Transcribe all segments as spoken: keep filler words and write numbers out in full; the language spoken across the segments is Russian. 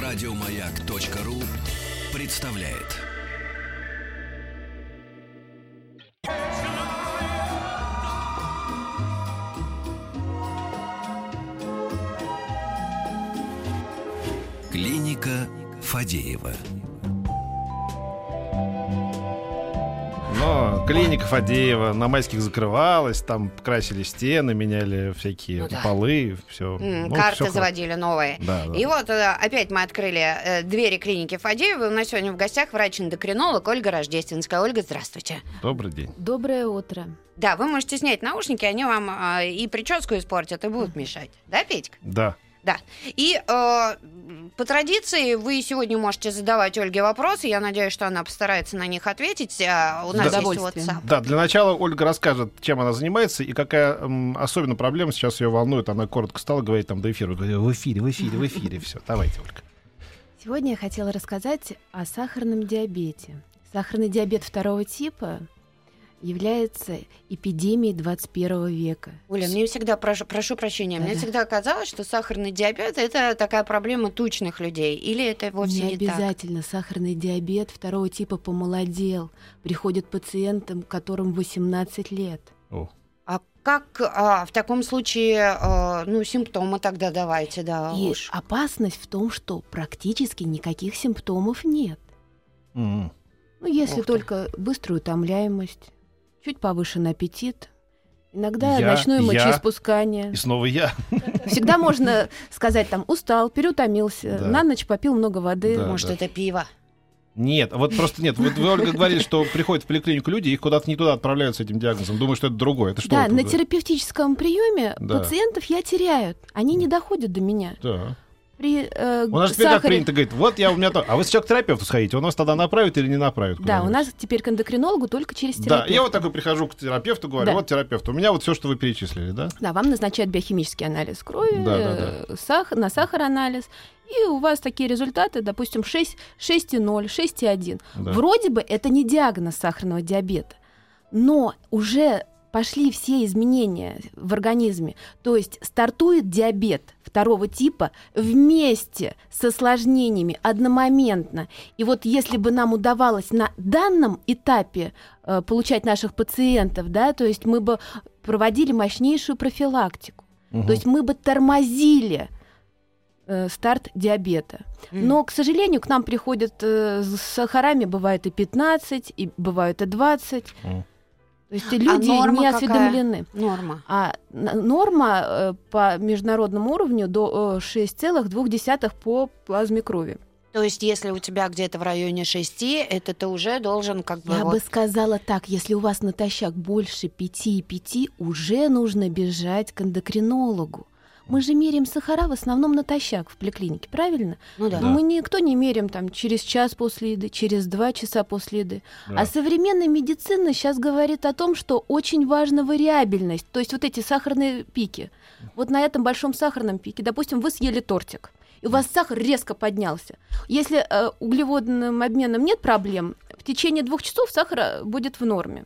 Радиомаяк.ру представляет. Клиника Фадеева. Но клиника Фадеева на Майских закрывалась, там красили стены, меняли всякие Ну да. полы, все. М, ну, Карты всё заводили новые. Да, да. И вот э, опять мы открыли э, двери клиники Фадеева. У нас сегодня в гостях врач-эндокринолог Ольга Рождественская. Ольга, здравствуйте. Добрый день. Доброе утро. Да, вы можете снять наушники, они вам э, и прическу испортят, и будут мешать. Да, Петька? Да. Да. И э, по традиции вы сегодня можете задавать Ольге вопросы. Я надеюсь, что она постарается на них ответить. А у нас Да. есть WhatsApp. Да, для начала Ольга расскажет, чем она занимается и какая м, особенно проблема сейчас ее волнует. Она коротко стала говорить там до эфира. Говорит, в эфире, в эфире, в эфире. Все, давайте, Ольга. Сегодня я хотела рассказать о сахарном диабете. Сахарный диабет второго типа является эпидемией двадцать первого века. Оля, мне всегда, прошу, прошу прощения, мне Да-да. всегда казалось, что сахарный диабет — это такая проблема тучных людей. Или это вовсе Не не, так? обязательно. Сахарный диабет второго типа помолодел. Приходят пациентам, которым восемнадцать лет. О. А как а, в таком случае, а, ну, симптомы тогда давайте, да, И уж. опасность в том, что практически никаких симптомов нет. М. Ну, если Ух ты. только быструю утомляемость, чуть повышенный аппетит, иногда Я- ночное я- мочеиспускание. И снова я. Всегда можно сказать, там, устал, переутомился, Да. на ночь попил много воды. Да. Может, это пиво? Нет, вот просто нет. Вот вы, Ольга, говорили, что приходят в поликлинику люди, их куда-то не туда отправляют с этим диагнозом. Думаю, что это другое. Это что? Да, вот на это? терапевтическом приеме Да. пациентов я теряют. Они не доходят до меня. Да. При э, У нас теперь как сахаре- принято говорить, вот я у меня то. А вы сейчас к терапевту сходите, он вас тогда направит или не направит? Да, у куда-нибудь? нас теперь к эндокринологу только через Да, терапевта. я вот такой прихожу к терапевту, говорю, Да. вот терапевт, у меня вот все, что вы перечислили, да? Да, вам назначают биохимический анализ крови, Да, да, э, сах- на сахар-анализ, и у вас такие результаты, допустим, шесть, шесть и ноль, шесть и один. Да. Вроде бы это не диагноз сахарного диабета, но уже пошли все изменения в организме. То есть стартует диабет второго типа вместе с осложнениями одномоментно. И вот если бы нам удавалось на данном этапе э, получать наших пациентов, да, то есть мы бы проводили мощнейшую профилактику. Мгм. То есть мы бы тормозили э, старт диабета. М. Но, к сожалению, к нам приходят э, с сахарами, бывает и пятнадцать, и бывает и двадцать. Мгм. То есть люди норма не какая? осведомлены. Норма. А н- норма э, по международному уровню до э, шесть целых две десятых по плазме крови. То есть, если у тебя где-то в районе шести, это ты уже должен как бы... Я вот- бы сказала так, если у вас натощак больше пяти и пяти, уже нужно бежать к эндокринологу. Мы же меряем сахара в основном натощак в поликлинике, правильно? Ну да. Да. Мы никто не меряем там через час после еды, через два часа после еды. Да. А современная медицина сейчас говорит о том, что очень важна вариабельность, то есть вот эти сахарные пики. Вот на этом большом сахарном пике, допустим, вы съели тортик, и у вас сахар резко поднялся. Если э, углеводным обменом нет проблем, в течение двух часов сахар э, будет в норме.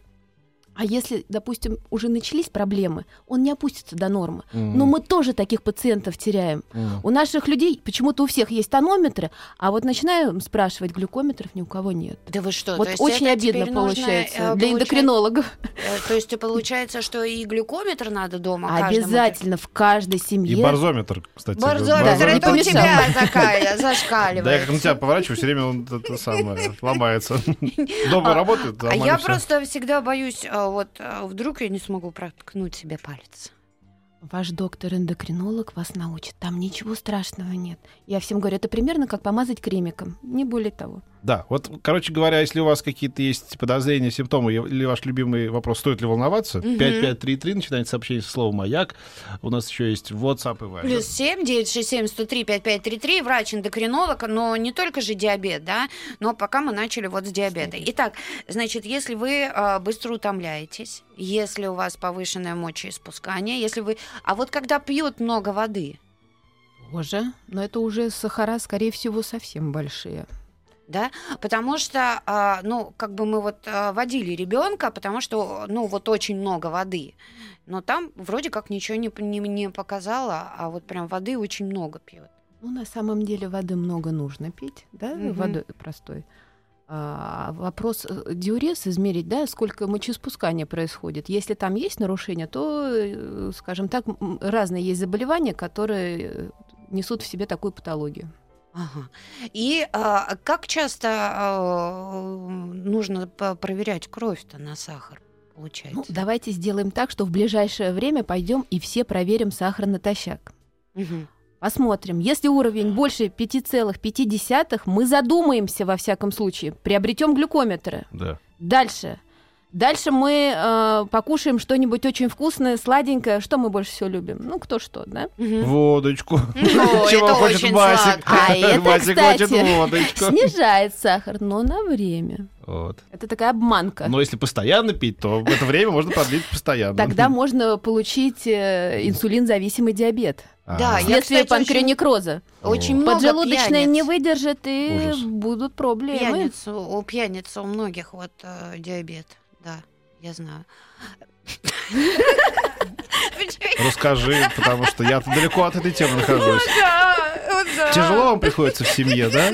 А если, допустим, уже начались проблемы, он не опустится до нормы. Мгм. Но мы тоже таких пациентов теряем. Мгм. У наших людей почему-то у всех есть тонометры, а вот начинаем спрашивать, глюкометров ни у кого нет. Да вы что? Вот то есть очень это обидно теперь нужно, получается э, для получать- эндокринологов. э, То есть получается, что и глюкометр надо дома каждому? Обязательно в каждой И семье. барзометр, кстати. Борзометр, Да, не это у помешал. тебя закаля- зашкаливает. Да, я как на тебя поворачиваю, все время он это самое ломается. Дома А- работает, А нормально я всё. просто всегда боюсь, а, вот а, вдруг я не смогу проткнуть себе палец. Ваш доктор-эндокринолог вас научит. Там ничего страшного нет. Я всем говорю, это примерно как помазать кремиком, не более того. Да, вот, короче говоря, если у вас какие-то есть подозрения, симптомы или ваш любимый вопрос, стоит ли волноваться, Мгм. пять пять три три, начинайте сообщение со словом «Маяк». У нас еще есть WhatsApp и Viber. Плюс семь девятьсот шестьдесят семь сто три пятьдесят пять тридцать три, врач-эндокринолог, но не только же диабет, да, но пока мы начали вот с диабета. Итак, значит, если вы а, быстро утомляетесь, если у вас повышенное мочеиспускание, если вы... А вот когда пьют много воды, Боже, но это уже сахара, скорее всего, совсем большие. да, потому что, а, ну, как бы мы вот а, водили ребенка, потому что, ну, вот очень много воды, но там вроде как ничего не, не, не показало, а вот прям воды очень много пьет. Ну, на самом деле воды много нужно пить, да, Мгм. водой простой. А, вопрос э, диурез измерить, да, сколько мочеиспускания происходит. Если там есть нарушения, то, э, скажем так, м, разные есть заболевания, которые э, несут в себе такую патологию. Ага. И а, как часто а, нужно по- проверять кровь-то на сахар, получается? Ну, давайте сделаем так, что в ближайшее время пойдем и все проверим сахар натощак. Мгм. Посмотрим. Если уровень больше пять целых пять десятых, мы задумаемся, во всяком случае, приобретем глюкометры. Да. Дальше. Дальше мы э, покушаем что-нибудь очень вкусное, сладенькое. Что мы больше всего любим? Ну, кто что, да? Мгм. Водочку. Ну, Чего это хочет очень Масик? сладко. А это, Масик кстати, хочет водочку. Снижает сахар, но на время. Вот. Это такая обманка. Но если постоянно пить, то это время можно продлить постоянно. Тогда можно получить э, инсулин-зависимый диабет. А. Да, я, Вследствие кстати, очень- панкреонекроза. Очень О. много Поджелудочная не пьяниц. выдержит, и Ужас. будут проблемы. Пьяниц, у пьяниц у многих вот э, диабет. Да, я знаю. Расскажи, потому что я далеко от этой темы нахожусь. Тяжело вам приходится в семье, да?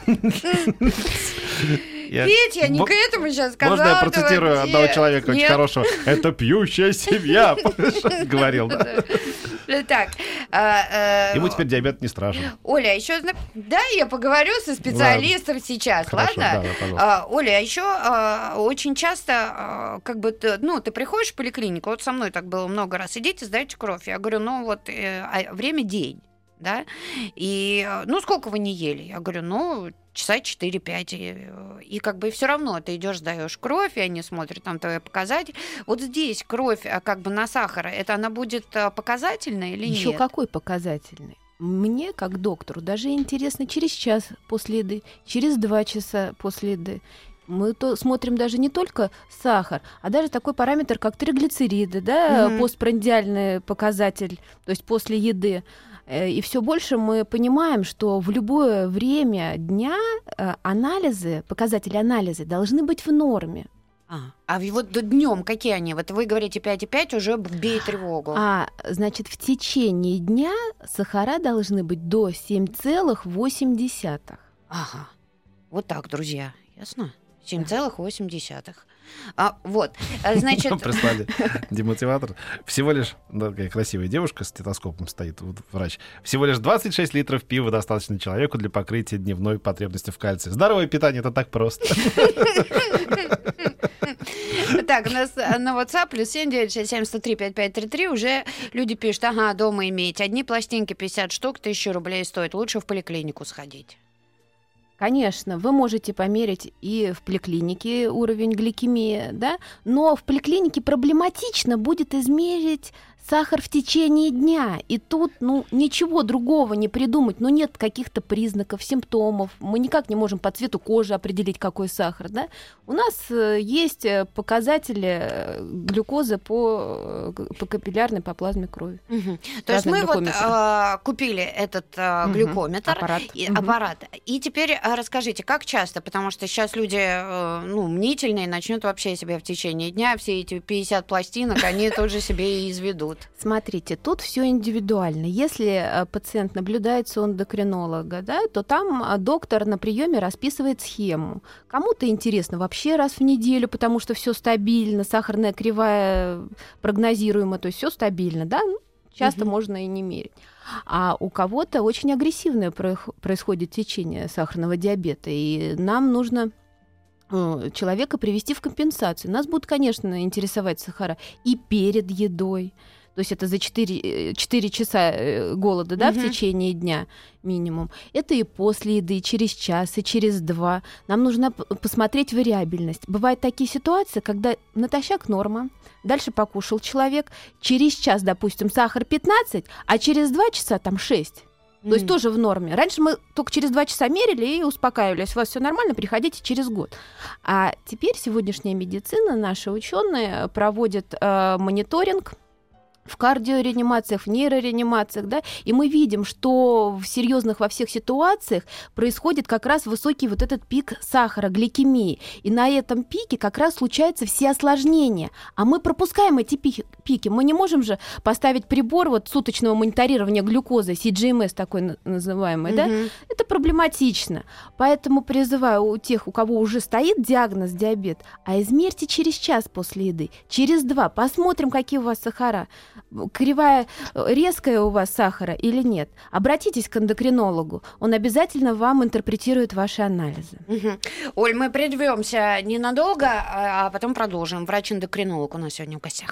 Я- Петь, я не Мо- к этому сейчас сказала. Можно я процитирую вообще? одного человека очень Нет. хорошего? Это пьющая семья, говорил, да? Так, а, э, Ему теперь диабет не страшен. Оля, еще да, я поговорю со специалистом сейчас, Хорошо, ладно? да, да, пожалуйста. А, Оля, а еще а, очень часто, а, как бы, ты, ну, ты приходишь в поликлинику, вот со мной так было много раз, идите, сдайте кровь. Я говорю, ну вот э, а время день, да, и, э, ну, сколько вы не ели? Я говорю, ну, часа четыре-пять, и, и как бы все равно ты идешь, сдаешь кровь, и они смотрят там твои показатели. Вот здесь кровь, а, как бы на сахар, это она будет а, показательная или Еще нет? какой показательный? Мне, как доктору, даже интересно через час после еды, через два часа после еды. Мы то смотрим даже не только сахар, а даже такой параметр, как триглицериды, да, Мгм. постпрандиальный показатель, то есть после еды. Э, И все больше мы понимаем, что в любое время дня э, анализы, показатели анализа должны быть в норме. А, а вот днем какие они? Вот вы говорите пять и пять, уже бей тревогу. А, значит, в течение дня сахара должны быть до семь целых восемь десятых. Ага. Вот так, друзья. Ясно? семь целых восемь десятых. А, вот. А, Значит, Прислали демотиватор. Всего лишь, да, такая красивая девушка с стетоскопом стоит, вот врач. Всего лишь двадцать шесть литров пива достаточно человеку для покрытия дневной потребности в кальции. Здоровое питание — это так просто. так, у нас на WhatsApp плюс семь девять шесть семь сто три пять пять три три уже люди пишут, ага, дома иметь. Одни пластинки пятьдесят штук, тысячу рублей стоит. Лучше в поликлинику сходить. Конечно, вы можете померить и в поликлинике уровень гликемии, да, но в поликлинике проблематично будет измерить сахар в течение дня. И тут, ну, ничего другого не придумать. Ну, нет каких-то признаков, симптомов. Мы никак не можем по цвету кожи определить, какой сахар, да. У нас э, есть э, показатели э, глюкозы по, э, по капиллярной, по плазме крови. Мгм. То есть Разные мы вот глюкометры. а, купили этот а, Мгм. глюкометр, Аппарат. и, Мгм. аппарат. И теперь а, расскажите, как часто, потому что сейчас люди э, ну, мнительные, начнут вообще себе в течение дня все эти пятьдесят пластинок, они тут же себе и изведут. Смотрите, тут все индивидуально. Если э, пациент наблюдается у эндокринолога, да, то там э, доктор на приеме расписывает схему. Кому-то интересно вообще раз в неделю, потому что все стабильно, сахарная кривая прогнозируема, то есть все стабильно, да, ну, часто Мгм. можно и не мерить. А у кого-то очень агрессивное проих- происходит течение сахарного диабета, и нам нужно э, человека привести в компенсацию. Нас будут, конечно, интересовать сахара и перед едой. То есть это за четыре, четыре часа э, голода, да, Мгм. в течение дня минимум. Это и после еды, и через час, и через два. Нам нужно п- посмотреть вариабельность. Бывают такие ситуации, когда натощак норма, дальше покушал человек, через час, допустим, сахар пятнадцать, а через два часа там шесть. То есть М. тоже в норме. Раньше мы только через два часа мерили и успокаивались. У вас все нормально, приходите через год. А теперь сегодняшняя медицина, наши ученые проводят э, мониторинг в кардиореанимациях, в нейрореанимациях, да, и мы видим, что в серьезных во всех ситуациях происходит как раз высокий вот этот пик сахара, гликемии, и на этом пике как раз случаются все осложнения, а мы пропускаем эти пики, мы не можем же поставить прибор вот суточного мониторирования глюкозы, си джи эм эс такой называемый, mm-hmm. да, это проблематично, поэтому призываю у тех, у кого уже стоит диагноз диабет, а измерьте через час после еды, через два, посмотрим, какие у вас сахара, кривая резкая у вас сахара или нет. Обратитесь к эндокринологу. Он обязательно вам интерпретирует ваши анализы. Угу. Оль, мы прервемся ненадолго, а потом продолжим. Врач-эндокринолог у нас сегодня в гостях.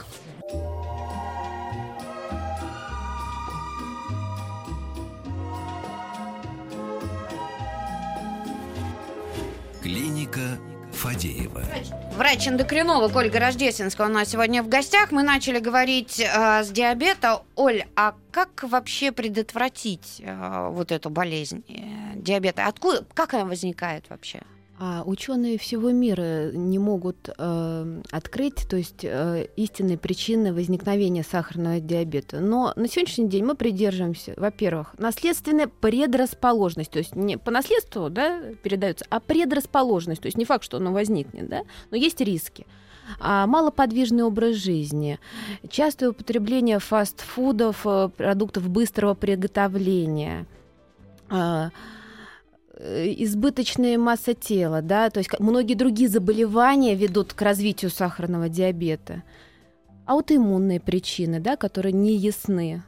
Клиника Фадеева. Врач-эндокринолог Ольга Рождественская у нас сегодня в гостях. Мы начали говорить э, с диабета. Оль, а как вообще предотвратить э, вот эту болезнь э, диабета? Откуда, как она возникает вообще? А ученые всего мира не могут э, открыть, то есть э, истинные причины возникновения сахарного диабета. Но на сегодняшний день мы придерживаемся, во-первых, наследственная предрасположенность, то есть не по наследству, да, передается, а предрасположенность, то есть не факт, что оно возникнет, да, но есть риски. А малоподвижный образ жизни, частое употребление фастфудов, продуктов быстрого приготовления, э, избыточная масса тела, да, то есть многие другие заболевания ведут к развитию сахарного диабета. Аутоиммунные причины, да, которые не ясны.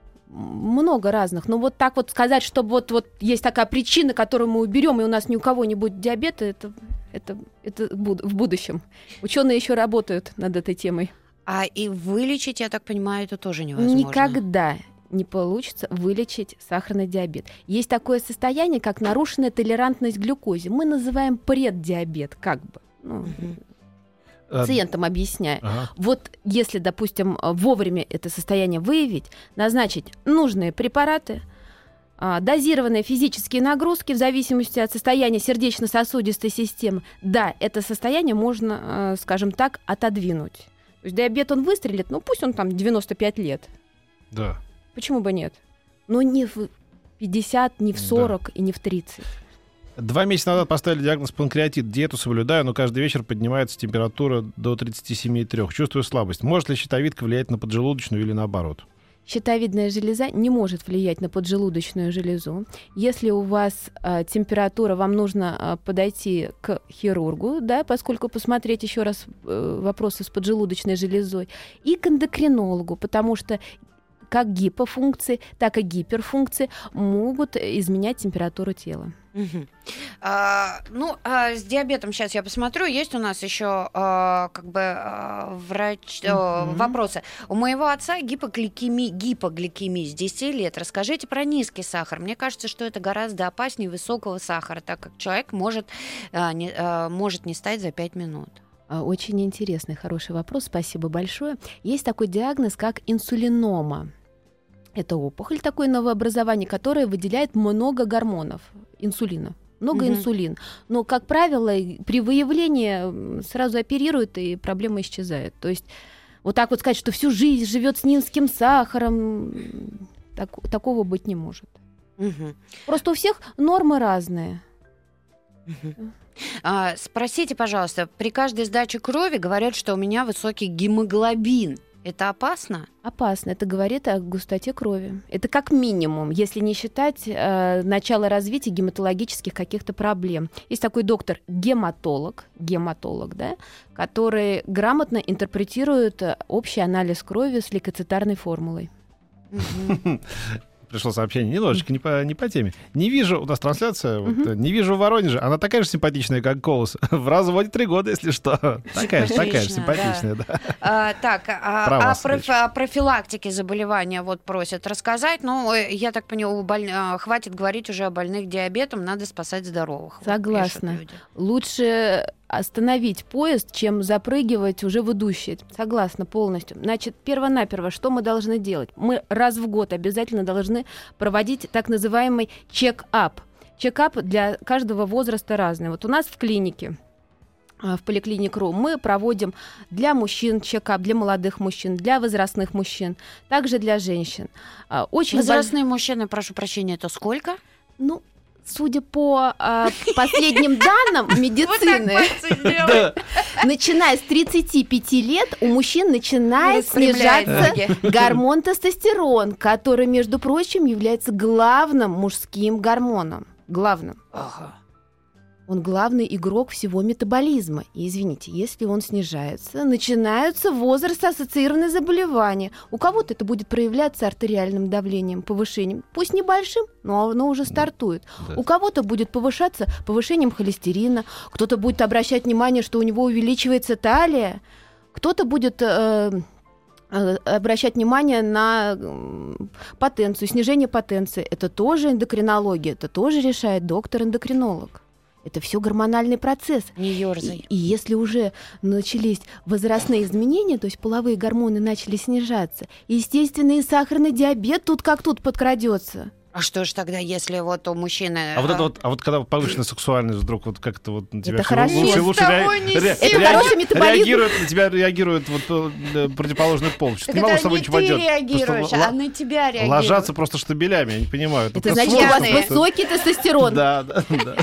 Много разных. Но вот так вот сказать, что вот, вот есть такая причина, которую мы уберем, и у нас ни у кого не будет диабета, это, это, это в будущем. Ученые еще работают над этой темой. А и вылечить, я так понимаю, это тоже невозможно? Никогда не получится вылечить сахарный диабет. Есть такое состояние, как нарушенная толерантность к глюкозе. Мы называем преддиабет, как бы. Ну, угу. Пациентам объясняю. Ага. Вот если, допустим, вовремя это состояние выявить, назначить нужные препараты, дозированные физические нагрузки в зависимости от состояния сердечно-сосудистой системы, да, это состояние можно, скажем так, отодвинуть. То есть диабет, он выстрелит, ну пусть он там девяносто пять лет. Да. Почему бы нет? Но не в пятьдесят, не в сорок, да, и не в тридцать. Два месяца назад поставили диагноз панкреатит. Диету соблюдаю, но каждый вечер поднимается температура до тридцать семь и три. Чувствую слабость. Может ли щитовидка влиять на поджелудочную или наоборот? Щитовидная железа не может влиять на поджелудочную железу. Если у вас э, температура, вам нужно э, подойти к хирургу, да, поскольку посмотреть еще раз э, вопросы с поджелудочной железой, и к эндокринологу, потому что как гипофункции, так и гиперфункции могут изменять температуру тела. Угу. А, ну, а с диабетом сейчас я посмотрю. Есть у нас еще а, как бы а, врач а, угу. вопросы. У моего отца гипогликемия, гипогликемия с десяти лет. Расскажите про низкий сахар. Мне кажется, что это гораздо опаснее высокого сахара, так как человек может, а, не, а, может не стать за пять минут. Очень интересный, хороший вопрос. Спасибо большое. Есть такой диагноз, как инсулинома. Это опухоль, такое новообразование, которое выделяет много гормонов, инсулина, много mm-hmm. инсулина. Но, как правило, при выявлении сразу оперируют, и проблема исчезает. То есть вот так вот сказать, что всю жизнь живет с низким сахаром, так, такого быть не может. Mm-hmm. Просто у всех нормы разные. Mm-hmm. А, спросите, пожалуйста, при каждой сдаче крови говорят, что у меня высокий гемоглобин. Это опасно? Опасно. Это говорит о густоте крови. Это как минимум, если не считать э, начало развития гематологических каких-то проблем. Есть такой доктор-гематолог, гематолог, да, который грамотно интерпретирует общий анализ крови с лейкоцитарной формулой. Пришло сообщение немножечко не по, не по теме. Не вижу, у нас трансляция, вот, uh-huh. не вижу в Воронеже. Она такая же симпатичная, как Колос. В разводе три года, если что. Такая же, такая же симпатичная, да. да. А, так, а, о, проф, о профилактике заболевания вот просят рассказать. Ну, я так понимаю, боль... хватит говорить уже о больных диабетом, надо спасать здоровых. Согласна. Лучше остановить поезд, чем запрыгивать уже в идущий. Согласна полностью. Значит, перво-наперво, что мы должны делать? Мы раз в год обязательно должны проводить так называемый чек-ап. Чек-ап для каждого возраста разный. Вот у нас в клинике в поликлинику мы проводим для мужчин чекап, для молодых мужчин, для возрастных мужчин, также для женщин. Очень Возрастные больш... мужчины, прошу прощения, это сколько? Ну, судя по э, последним данным медицины, начиная с тридцати пяти лет у мужчин начинает снижаться гормон тестостерон, который, между прочим, является главным мужским гормоном. Главным. Ага. Он главный игрок всего метаболизма. И, извините, если он снижается, начинаются возраст-ассоциированные заболевания. У кого-то это будет проявляться артериальным давлением, повышением. Пусть небольшим, но оно уже стартует. Да. У кого-то будет повышаться повышением холестерина. Кто-то будет обращать внимание, что у него увеличивается талия. Кто-то будет... Э- обращать внимание на потенцию, снижение потенции. Это тоже эндокринология, это тоже решает доктор-эндокринолог. Это все гормональный процесс. Не ёрзай. И, и если уже начались возрастные изменения, то есть половые гормоны начали снижаться, естественно, и сахарный диабет тут как тут подкрадется. А что ж тогда, если вот у мужчины... А вот это вот, а вот когда повышенная сексуальность вдруг вот как-то вот на тебя это хорошо. лучше, лучше ре- ре- это ре- хороший метаболизм. Реагирует, на тебя реагирует вот противоположный пол. Так не могу с собой не ничего ты делать. реагируешь, Просто а на тебя реагируют. Ложатся просто штабелями, я не понимаю. Это, это значит, у вас высокий тестостерон. Да, да, да.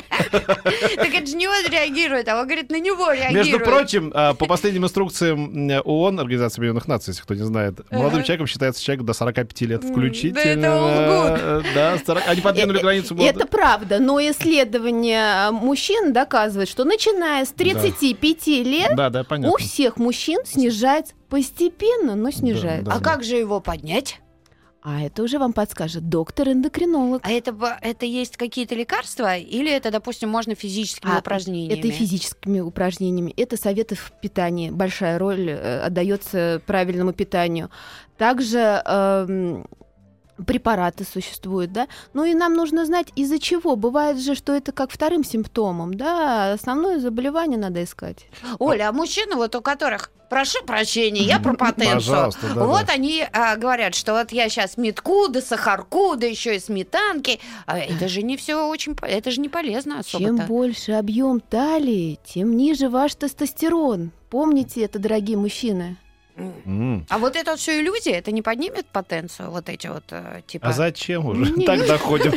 Так это же не он реагирует, а он говорит, на него реагирует. Между прочим, по последним инструкциям ООН, Организации Объединенных Наций, если кто не знает, молодым человеком считается человек до сорока пяти лет включительно. Да, это лгут. Они подвинули границу моды. Это правда, но исследование мужчин доказывает, что начиная с тридцати пяти да. лет да, да, у всех мужчин снижается постепенно, но снижается. Да, да, а да. как же его поднять? А это уже вам подскажет доктор-эндокринолог. А это, это есть какие-то лекарства или это, допустим, можно физическими а, упражнениями? Это и физическими упражнениями. Это советы в питании. Большая роль э, отдается правильному питанию. Также... Э, препараты существуют, да, ну и нам нужно знать, из-за чего. Бывает же, что это как вторым симптомом, да, основное заболевание надо искать. Оля, а мужчины, вот у которых, прошу прощения, я про потенцию, да, вот да. они а, говорят, что вот я сейчас метку, да сахарку, да еще и сметанки, а это же не все очень, это же не полезно особо-то. Чем больше объем талии, тем ниже ваш тестостерон. Помните это, дорогие мужчины. Mm. А вот это вот все иллюзия, это не поднимет потенцию, вот эти вот типа... А зачем уже? Так доходим.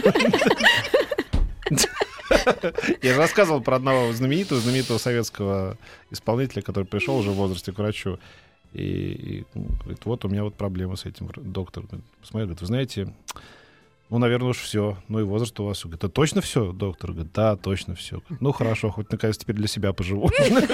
Я же рассказывал про одного знаменитого, знаменитого советского исполнителя, который пришел уже в возрасте к врачу. И, и говорит, вот у меня вот проблема с этим. Доктор посмотрел, говорит, вы знаете, ну, наверное, уж все. Ну и возраст у вас. Говорит, это точно все, доктор? Говорит, да, точно все. Ну, хорошо, хоть наконец теперь для себя поживу.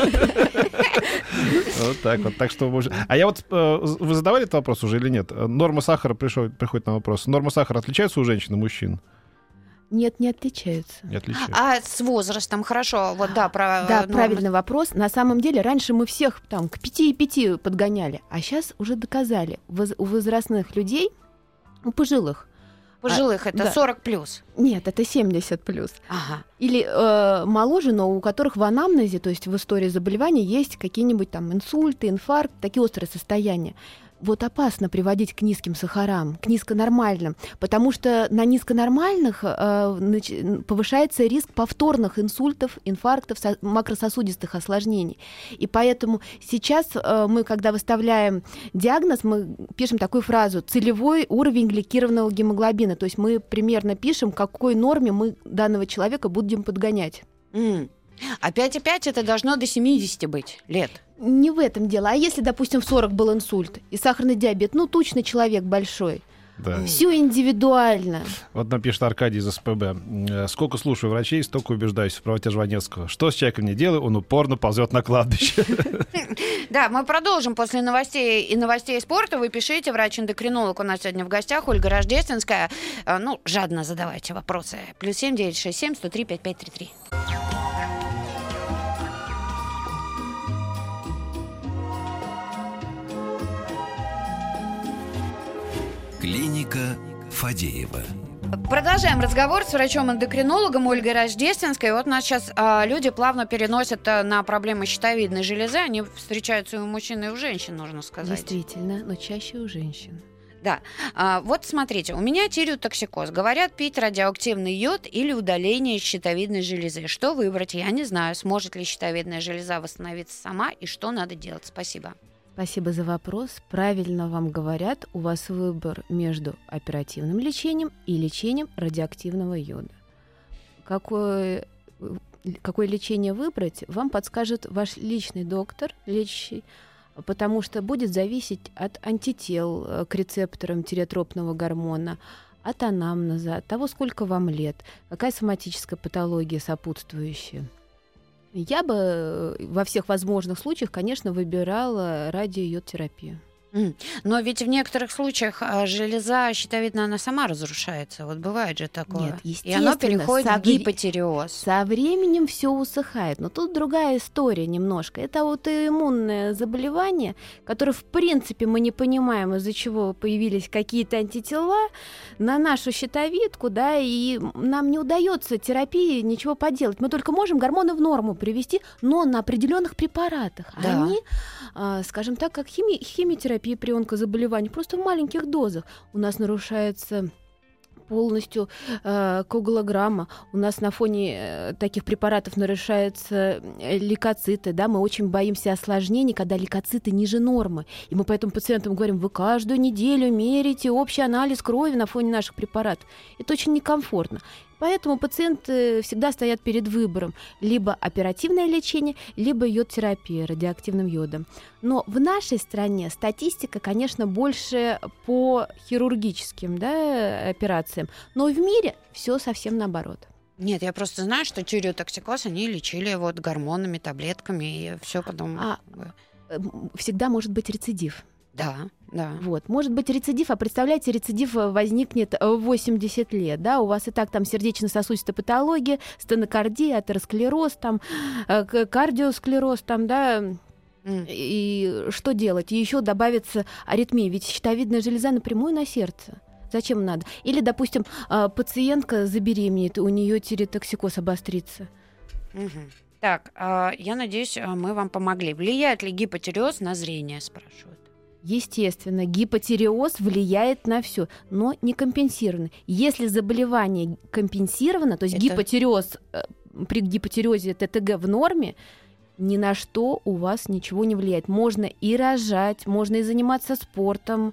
Вот так вот. Так что может. А я вот вы задавали этот вопрос уже или нет? Норма сахара приходит на вопрос. Норма сахара отличается у женщин и мужчин? Нет, не отличаются. Не отличаются. А с возрастом хорошо, вот да, про. Да, нормы. Правильный вопрос. На самом деле раньше мы всех там к пяти и пяти подгоняли, а сейчас уже доказали у возрастных людей, у пожилых. Пожилых а, это да. сорок плюс. Нет, это семьдесят плюс. Ага. Или э, моложе, но у которых в анамнезе, то есть в истории заболевания, есть какие-нибудь там инсульты, инфаркт, такие острые состояния. Вот опасно приводить к низким сахарам, к низконормальным, потому что на низконормальных э, повышается риск повторных инсультов, инфарктов, со- макрососудистых осложнений. И поэтому сейчас э, мы, когда выставляем диагноз, мы пишем такую фразу «целевой уровень гликированного гемоглобина», то есть мы примерно пишем, к какой норме мы данного человека будем подгонять. Mm. А пять и пять это должно до семидесяти быть лет. Не в этом дело. А если, допустим, в сорок был инсульт и сахарный диабет, ну, тучный человек большой. Да. Все индивидуально. Вот нам пишет Аркадий из СПБ. Сколько слушаю врачей, столько убеждаюсь в правоте Жванецкого. Что с человеком не делаю, он упорно ползет на кладбище. Да, мы продолжим после новостей и новостей спорта. Вы пишите, врач-эндокринолог у нас сегодня в гостях, Ольга Рождественская. Ну, жадно задавайте вопросы. Плюс семь девять шесть семь сто три пять пять три три. Клиника Фадеева. Продолжаем разговор с врачом-эндокринологом Ольгой Рождественской. Вот нас сейчас а, люди плавно переносят а, на проблемы щитовидной железы. Они встречаются и у мужчин, и у женщин, нужно сказать. Действительно, но чаще у женщин. Да. А, вот смотрите, у меня тиреотоксикоз. Говорят, пить радиоактивный йод или удаление щитовидной железы. Что выбрать? Я не знаю, сможет ли щитовидная железа восстановиться сама и что надо делать. Спасибо. Спасибо за вопрос. Правильно вам говорят, у вас выбор между оперативным лечением и лечением радиоактивного йода. Какое, какое лечение выбрать, вам подскажет ваш личный доктор, лечащий, потому что будет зависеть от антител к рецепторам тиреотропного гормона, от анамнеза, от того, сколько вам лет, какая соматическая патология сопутствующая. Я бы во всех возможных случаях, конечно, выбирала радиойод-терапию. Но ведь в некоторых случаях железа щитовидная, она сама разрушается. Вот бывает же такое. Нет, и она переходит в гипотиреоз. Со временем все усыхает. Но тут другая история немножко. Это аутоиммунное заболевание, которое, в принципе, мы не понимаем, из-за чего появились какие-то антитела на нашу щитовидку, да, и нам не удается терапии ничего поделать. Мы только можем гормоны в норму привести, но на определенных препаратах. Да. Они, скажем так, как хими- химиотерапия при онкозаболеваниях, просто в маленьких дозах. У нас нарушается полностью э, коагулограмма. У нас на фоне э, таких препаратов нарушаются э, лейкоциты. Да? Мы очень боимся осложнений, когда лейкоциты ниже нормы. И мы поэтому пациентам говорим, вы каждую неделю мерите общий анализ крови на фоне наших препаратов. Это очень некомфортно. Поэтому пациенты всегда стоят перед выбором либо оперативное лечение, либо йод-терапия радиоактивным йодом. Но в нашей стране статистика, конечно, больше по хирургическим, да, операциям. Но в мире все совсем наоборот. Нет, я просто знаю, что тиреотоксикоз они лечили вот гормонами, таблетками, и все потом... А, всегда может быть рецидив. Да, да. Вот. Может быть рецидив, а представляете, рецидив возникнет в восемьдесят лет, да, у вас и так там сердечно-сосудистая патология, стенокардия, атеросклероз, там, кардиосклероз, там, да, mm. и что делать? И еще добавится аритмия, ведь щитовидная железа напрямую на сердце. Зачем надо? Или, допустим, пациентка забеременеет, у нее тиреотоксикоз обострится. Mm-hmm. Так, я надеюсь, мы вам помогли. Влияет ли гипотиреоз на зрение, спрашивают? Естественно, гипотиреоз влияет на все, но не компенсировано. Если заболевание компенсировано, то есть Это... гипотиреоз, при гипотиреозе ТТГ в норме, ни на что у вас ничего не влияет. Можно и рожать, можно и заниматься спортом,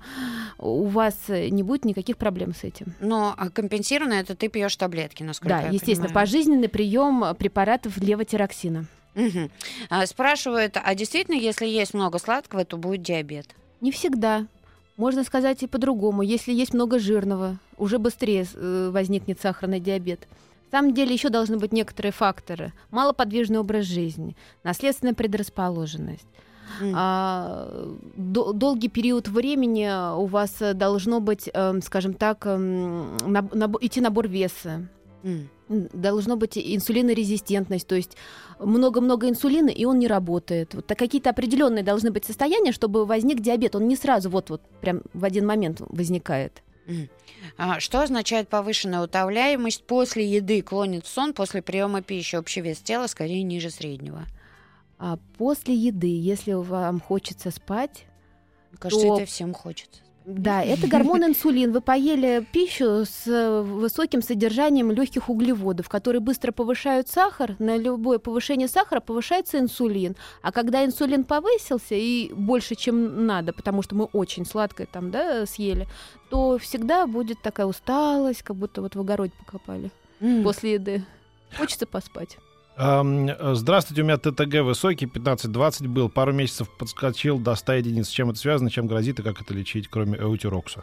у вас не будет никаких проблем с этим. Но компенсировано это ты пьешь таблетки, насколько да, я естественно, понимаю. Пожизненный прием препаратов левотироксина. Угу. А, спрашивают, а действительно, если есть много сладкого, то будет диабет? Не всегда. Можно сказать и по-другому. Если есть много жирного, уже быстрее возникнет сахарный диабет. На самом деле еще должны быть некоторые факторы. Малоподвижный образ жизни, наследственная предрасположенность. Mm. А, до, долгий период времени у вас должно быть, э, скажем так, э, наб, наб, идти набор веса. Mm. Должно быть инсулинорезистентность, то есть много-много инсулина, и он не работает. Вот какие-то определенные должны быть состояния, чтобы возник диабет. Он не сразу вот-вот прям в один момент возникает. Mm. А что означает повышенная утомляемость после еды? Клонит в сон после приема пищи. Общий вес тела скорее ниже среднего. А после еды, если вам хочется спать, кажется, то... это всем хочется. Да, это гормон инсулин. Вы поели пищу с высоким содержанием легких углеводов, которые быстро повышают сахар. На любое повышение сахара повышается инсулин. А когда инсулин повысился и больше, чем надо, потому что мы очень сладкое там, да, съели, то всегда будет такая усталость, как будто вот в огороде покопали mm. после еды. Хочется поспать. Здравствуйте, у меня ТТГ высокий, пятнадцать-двадцать был, пару месяцев подскочил до ста единиц. С чем это связано, чем грозит и как это лечить, кроме эутирокса?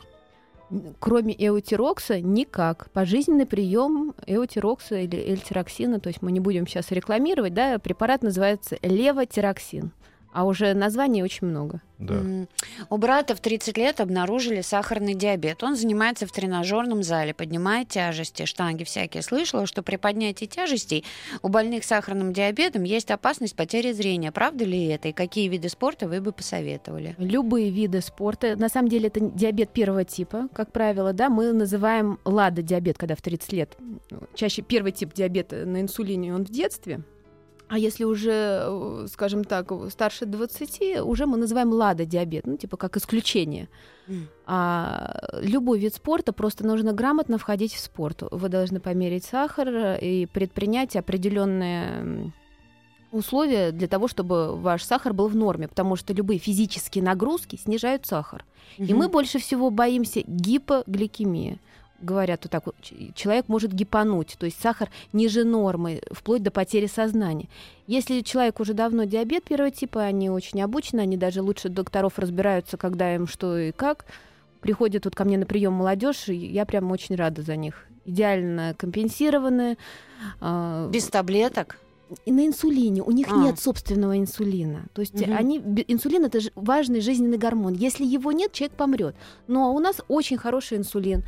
Кроме эутирокса никак. Пожизненный прием эутирокса или эльтироксина, то есть мы не будем сейчас рекламировать, да, препарат называется левотироксин. А уже названий очень много. Да. Mm. У брата в тридцать лет обнаружили сахарный диабет. Он занимается в тренажерном зале, поднимает тяжести, штанги всякие. Слышала, что при поднятии тяжестей у больных сахарным диабетом есть опасность потери зрения. Правда ли это? И какие виды спорта вы бы посоветовали? Любые виды спорта. На самом деле это диабет первого типа, как правило. Да, мы называем ЛАДа-диабет, когда в тридцать лет. Чаще первый тип диабета на инсулине, он в детстве. А если уже, скажем так, старше двадцати, уже мы называем ладодиабет, ну, типа как исключение. Mm. А любой вид спорта, просто нужно грамотно входить в спорт. Вы должны померить сахар и предпринять определенные условия для того, чтобы ваш сахар был в норме, потому что любые физические нагрузки снижают сахар. Mm-hmm. И мы больше всего боимся гипогликемии. Говорят вот так, человек может гипануть, то есть сахар ниже нормы, вплоть до потери сознания. Если человек уже давно диабет первого типа, они очень обучены, они даже лучше докторов разбираются, когда им что и как. Приходят вот ко мне на прием молодежь, и я прям очень рада за них. Идеально компенсированные. Без таблеток? И на инсулине. У них а. нет собственного инсулина. То есть угу. они, инсулин — это важный жизненный гормон. Если его нет, человек помрет. Но у нас очень хороший инсулин.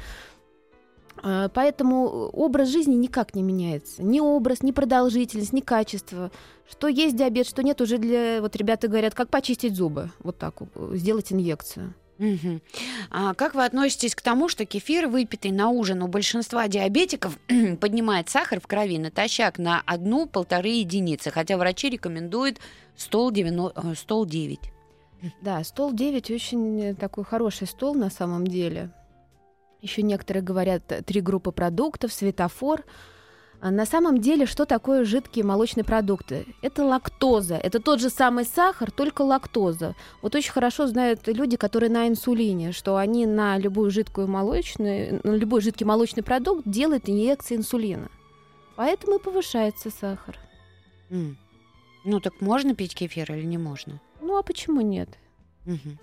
Поэтому образ жизни никак не меняется. Ни образ, ни продолжительность, ни качество. Что есть диабет, что нет, уже для... Вот ребята говорят, как почистить зубы. Вот так, сделать инъекцию. Угу. А как вы относитесь к тому, что кефир, выпитый на ужин у большинства диабетиков, поднимает сахар в крови натощак на одну-полторы единицы, хотя врачи рекомендуют стол девять? Да, стол девять очень такой хороший стол на самом деле. Еще некоторые говорят три группы продуктов, светофор. А на самом деле, что такое жидкие молочные продукты? Это лактоза. Это тот же самый сахар, только лактоза. Вот очень хорошо знают люди, которые на инсулине, что они на любую жидкую молочную, на любой жидкий молочный продукт делают инъекции инсулина. Поэтому и повышается сахар. Mm. Ну так можно пить кефир или не можно? Ну а почему нет? Mm-hmm.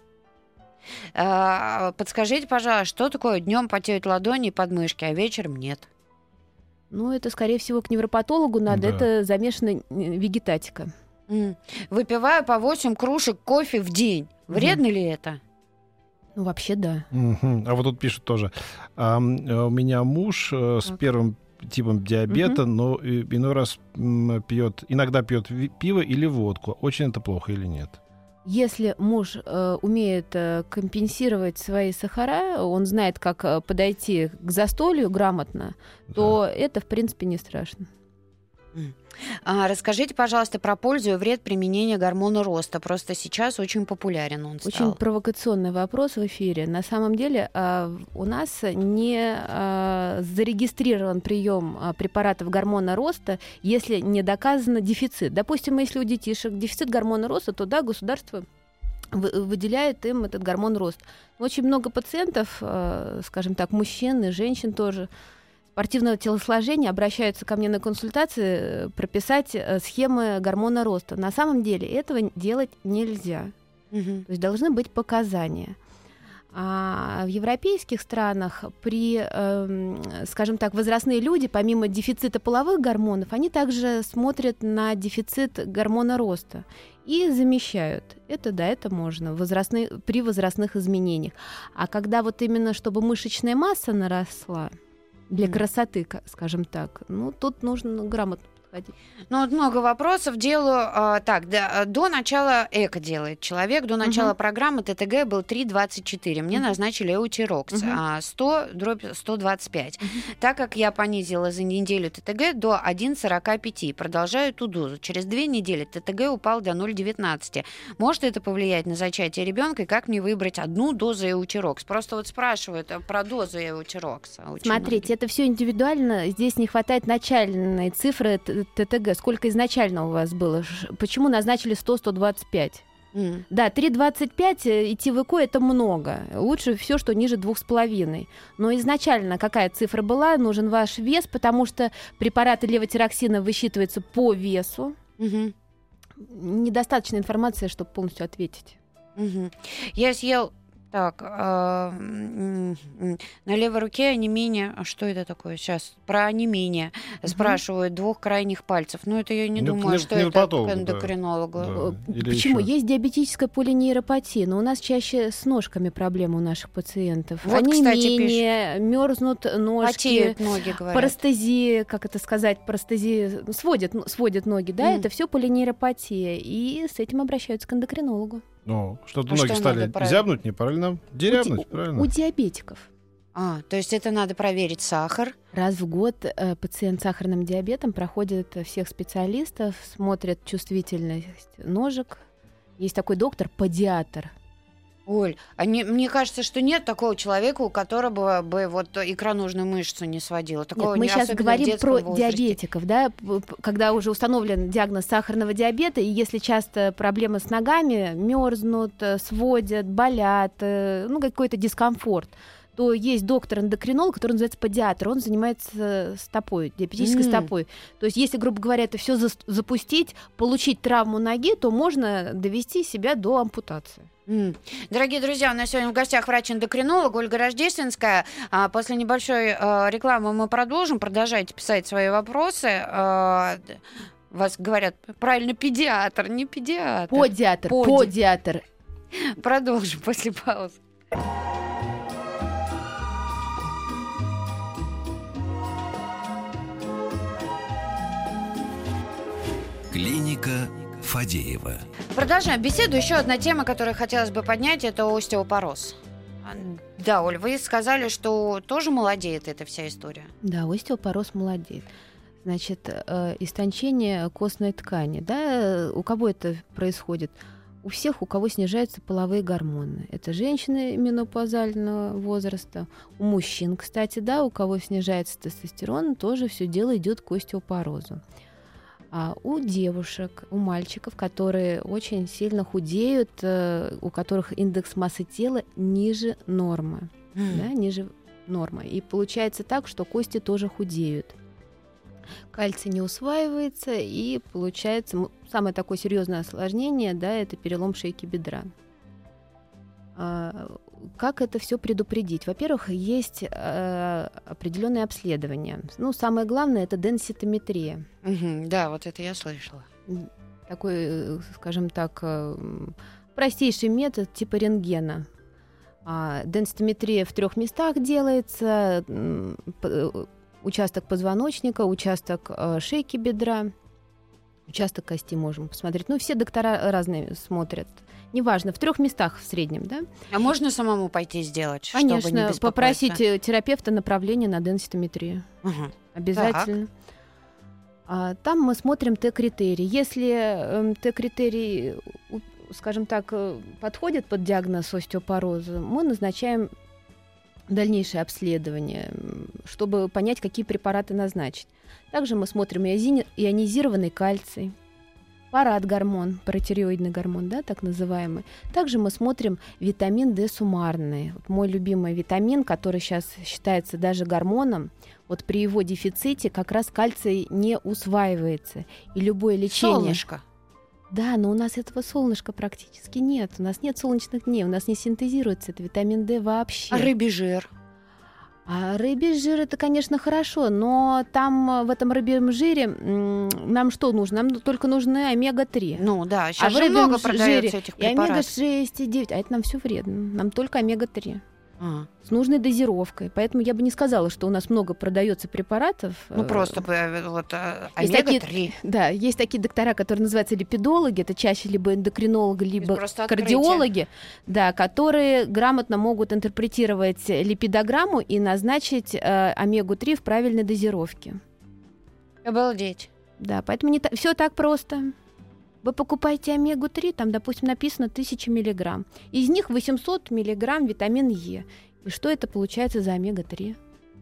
Подскажите, пожалуйста, что такое днем потеют ладони и подмышки, а вечером нет? Ну, это, скорее всего, к невропатологу надо. Да. Это замешана вегетатика. Mm. Выпиваю по восемь кружек кофе в день. Вредно mm. ли это? Ну, вообще, да. Mm-hmm. А вот тут пишут тоже. А, у меня муж э, с первым типом диабета, mm-hmm. но иной раз пьет, иногда пьет пиво или водку. Очень это плохо или нет? Если муж э, умеет э, компенсировать свои сахара, он знает, как э, подойти к застолью грамотно, да. то это, в принципе, не страшно. А, расскажите, пожалуйста, про пользу и вред применения гормона роста. Просто сейчас очень популярен он стал. Очень провокационный вопрос в эфире. На самом деле э, у нас не э, зарегистрирован прием э, препаратов гормона роста, если не доказан дефицит. Допустим, если у детишек дефицит гормона роста, то да, государство выделяет им этот гормон роста. Очень много пациентов, э, скажем так, мужчин и женщин тоже, спортивного телосложения обращаются ко мне на консультации прописать схемы гормона роста. На самом деле этого делать нельзя. Угу. То есть должны быть показания. А в европейских странах при, э, скажем так, возрастные люди, помимо дефицита половых гормонов, они также смотрят на дефицит гормона роста и замещают. Это да, это можно возрастные, при возрастных изменениях. А когда вот именно, чтобы мышечная масса наросла, для красоты, скажем так. Ну, тут нужно грамотно подходить. Ну, вот много вопросов. Делаю а, так, до, до начала эко делает человек, до начала uh-huh. программы ТТГ был три двадцать четыре. Мне uh-huh. назначили эутирокс, uh-huh. а сто дробь сто двадцать пять. Uh-huh. Так как я понизила за неделю ТТГ до один сорок пять, продолжаю ту дозу. Через две недели ТТГ упал до ноль девятнадцать. Может это повлиять на зачатие ребенка? И как мне выбрать одну дозу эутирокс? Просто вот спрашивают про дозу эутирокса. Смотрите, много. Это все индивидуально. Здесь не хватает начальной цифры ТТГ. Сколько изначально у вас было? Почему назначили сто - сто двадцать пять? Mm. Да, три двадцать пять идти в ЭКО — это много. Лучше все, что ниже двух с половиной. Но изначально какая цифра была? Нужен ваш вес, потому что препараты левотироксина высчитываются по весу. Mm-hmm. Недостаточно информации, чтобы полностью ответить. Mm-hmm. Я съел... Так, э, на левой руке онемение. А что это такое сейчас? Про онемение. Uh-huh. Спрашивают двух крайних пальцев. Ну, это я не, не думаю, не, что не это к эндокринологу. Да. Да. Почему? Еще? Есть диабетическая полинейропатия, но у нас чаще с ножками проблемы у наших пациентов. Вот, онемение, мерзнут ножки. Потеют ноги, говорят. Парастезия, как это сказать, парастезия, сводят, сводят ноги, да, mm. это все полинейропатия. И с этим обращаются к эндокринологу. Ну, что-то а ноги что стали зябнуть неправильно, дерябнуть, у, правильно? У диабетиков. А, то есть это надо проверить сахар. Раз в год э, пациент с сахарным диабетом проходит всех специалистов, смотрят чувствительность ножек. Есть такой доктор, педиатр. Оль, а не, мне кажется, что нет такого человека, у которого бы вот икроножную мышцу не сводило. Такого Нет, мы не, сейчас особенно в говорим детском про возрасте. диабетиков, да, п- п- когда уже установлен диагноз сахарного диабета, и если часто проблемы с ногами, мерзнут, э, сводят, болят, э, ну, какой-то дискомфорт, то есть доктор-эндокринолог, который называется педиатр, он занимается стопой, диабетической М. стопой. То есть если, грубо говоря, это все запустить, получить травму ноги, то можно довести себя до ампутации. М. Дорогие друзья, у нас сегодня в гостях врач-эндокринолог Ольга Рождественская. А, После небольшой э, рекламы мы продолжим. Продолжайте писать свои вопросы. А, Вас говорят, правильно, педиатр, не педиатр. Подиатр, Поди. подиатр. Продолжим после паузы. Клиника Фадеева. Продолжаем беседу. Еще одна тема, которую хотелось бы поднять, это остеопороз. А, Да, Оль, вы сказали, что тоже молодеет эта вся история. Да, остеопороз молодеет. Значит, э, истончение костной ткани. Да, у кого это происходит? У всех, у кого снижаются половые гормоны. Это женщины менопаузального возраста. У мужчин, кстати, да, у кого снижается тестостерон, тоже все дело идет к остеопорозу. А у девушек, у мальчиков, которые очень сильно худеют, э, у которых индекс массы тела ниже нормы, да, ниже нормы. И получается так, что кости тоже худеют. Кальций не усваивается, и получается м, самое такое серьезное осложнение, да, это перелом шейки бедра. А, как это все предупредить? Во-первых, есть э, определенные обследования. Ну, самое главное это денситометрия. Мгм, да, вот это я слышала. Такой, э, скажем так, э, простейший метод типа рентгена. А, денситометрия в трех местах делается: м, п- э, участок позвоночника, участок э, шейки бедра, участок кости можем посмотреть. Ну, все доктора разные смотрят. Неважно, в трех местах в среднем, да? А можно самому пойти сделать, чтобы не Конечно, беспокоиться? попросить э, терапевта направления на денситометрию. Ага. Обязательно. А, там мы смотрим Т-критерий. Если эм, Т-критерий, у- скажем так, э, подходит под диагноз остеопороза, мы назначаем дальнейшее обследование, м, чтобы понять, какие препараты назначить. Также мы смотрим иони- ионизированный кальций, парагормон, паратиреоидный гормон, да, так называемый. Также мы смотрим витамин D суммарный. Вот мой любимый витамин, который сейчас считается даже гормоном, вот при его дефиците как раз кальций не усваивается. И любое лечение... Солнышко. Да, но у нас этого солнышка практически нет. У нас нет солнечных дней, у нас не синтезируется этот витамин D вообще. А рыбий жир? А рыбий жир это, конечно, хорошо, но там в этом рыбьем жире м, нам что нужно? Нам только нужны омега три. Ну да, А сейчас в же рыбьем много ж- продается жире этих и омега препаратов. шесть, и девять, а это нам все вредно. Нам только омега три. А, С нужной дозировкой. Поэтому я бы не сказала, что у нас много продается препаратов. Ну Э, просто э, вот э, Есть омега-три. такие- Да, есть такие доктора, которые называются липидологи, это чаще либо эндокринологи, либо просто открытие. кардиологи, да, которые грамотно могут интерпретировать липидограмму и назначить э, омегу три в правильной дозировке. Обалдеть. Да, поэтому не все так просто. Вы покупаете омегу три, там, допустим, написано тысяча миллиграмм. Из них восемьсот миллиграмм витамин Е. И что это получается за омега три?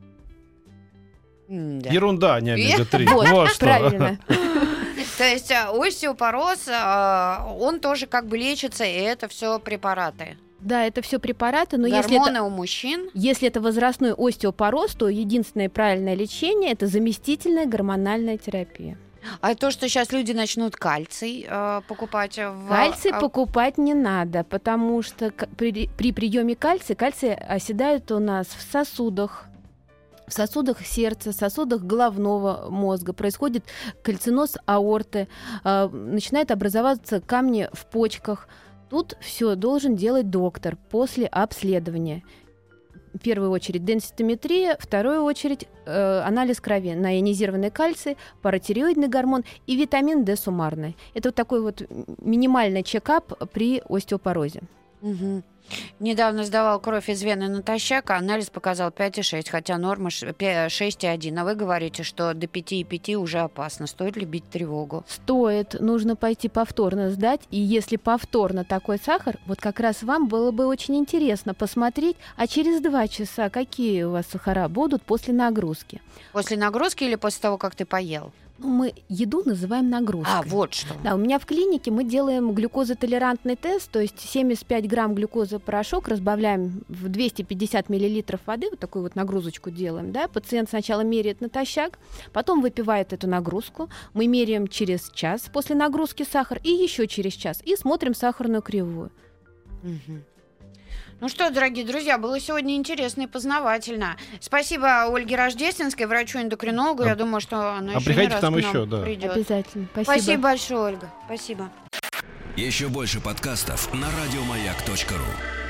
М-да. Ерунда, а не омега три. Вот, Вот что. правильно. То есть а, остеопороз, а, он тоже как бы лечится, и это все препараты. Да, это все препараты, но если Гормоны это, у мужчин. если это возрастной остеопороз, то единственное правильное лечение – это заместительная гормональная терапия. А то, что сейчас люди начнут кальций э, покупать в... Кальций а, покупать не надо, потому что к- при, при приеме кальция кальций оседает у нас в сосудах, в сосудах сердца, в сосудах головного мозга. Происходит кальциноз аорты, э, начинают образоваться камни в почках. Тут все должен делать доктор после обследования. В первую очередь денситометрия, в вторую очередь э, анализ крови на ионизированный кальций, паратиреоидный гормон и витамин D суммарный. Это вот такой вот минимальный чекап при остеопорозе. Угу. Недавно сдавал кровь из вены натощак, а анализ показал пять и шесть, хотя норма шесть и один. А вы говорите, что до пяти и пяти уже опасно. Стоит ли бить тревогу? Стоит. Нужно пойти повторно сдать. И если повторно такой сахар, вот как раз вам было бы очень интересно посмотреть, а через два часа какие у вас сахара будут после нагрузки. После нагрузки или после того, как ты поел? Ну, мы еду называем нагрузкой. А, вот что. Да, у меня в клинике мы делаем глюкозотолерантный тест, то есть семьдесят пять грамм глюкозы порошок разбавляем в двести пятьдесят миллилитров воды, вот такую вот нагрузочку делаем, да, пациент сначала меряет натощак, потом выпивает эту нагрузку, мы меряем через час после нагрузки сахар и еще через час, и смотрим сахарную кривую. Угу. Ну что, дорогие друзья, было сегодня интересно и познавательно. Спасибо Ольге Рождественской, врачу-эндокринологу. А, Я думаю, что она а еще приходите не раз там к нам еще, да. придет. Обязательно. Спасибо. Спасибо большое, Ольга. Спасибо. Еще больше подкастов на радиомаяк точка ру.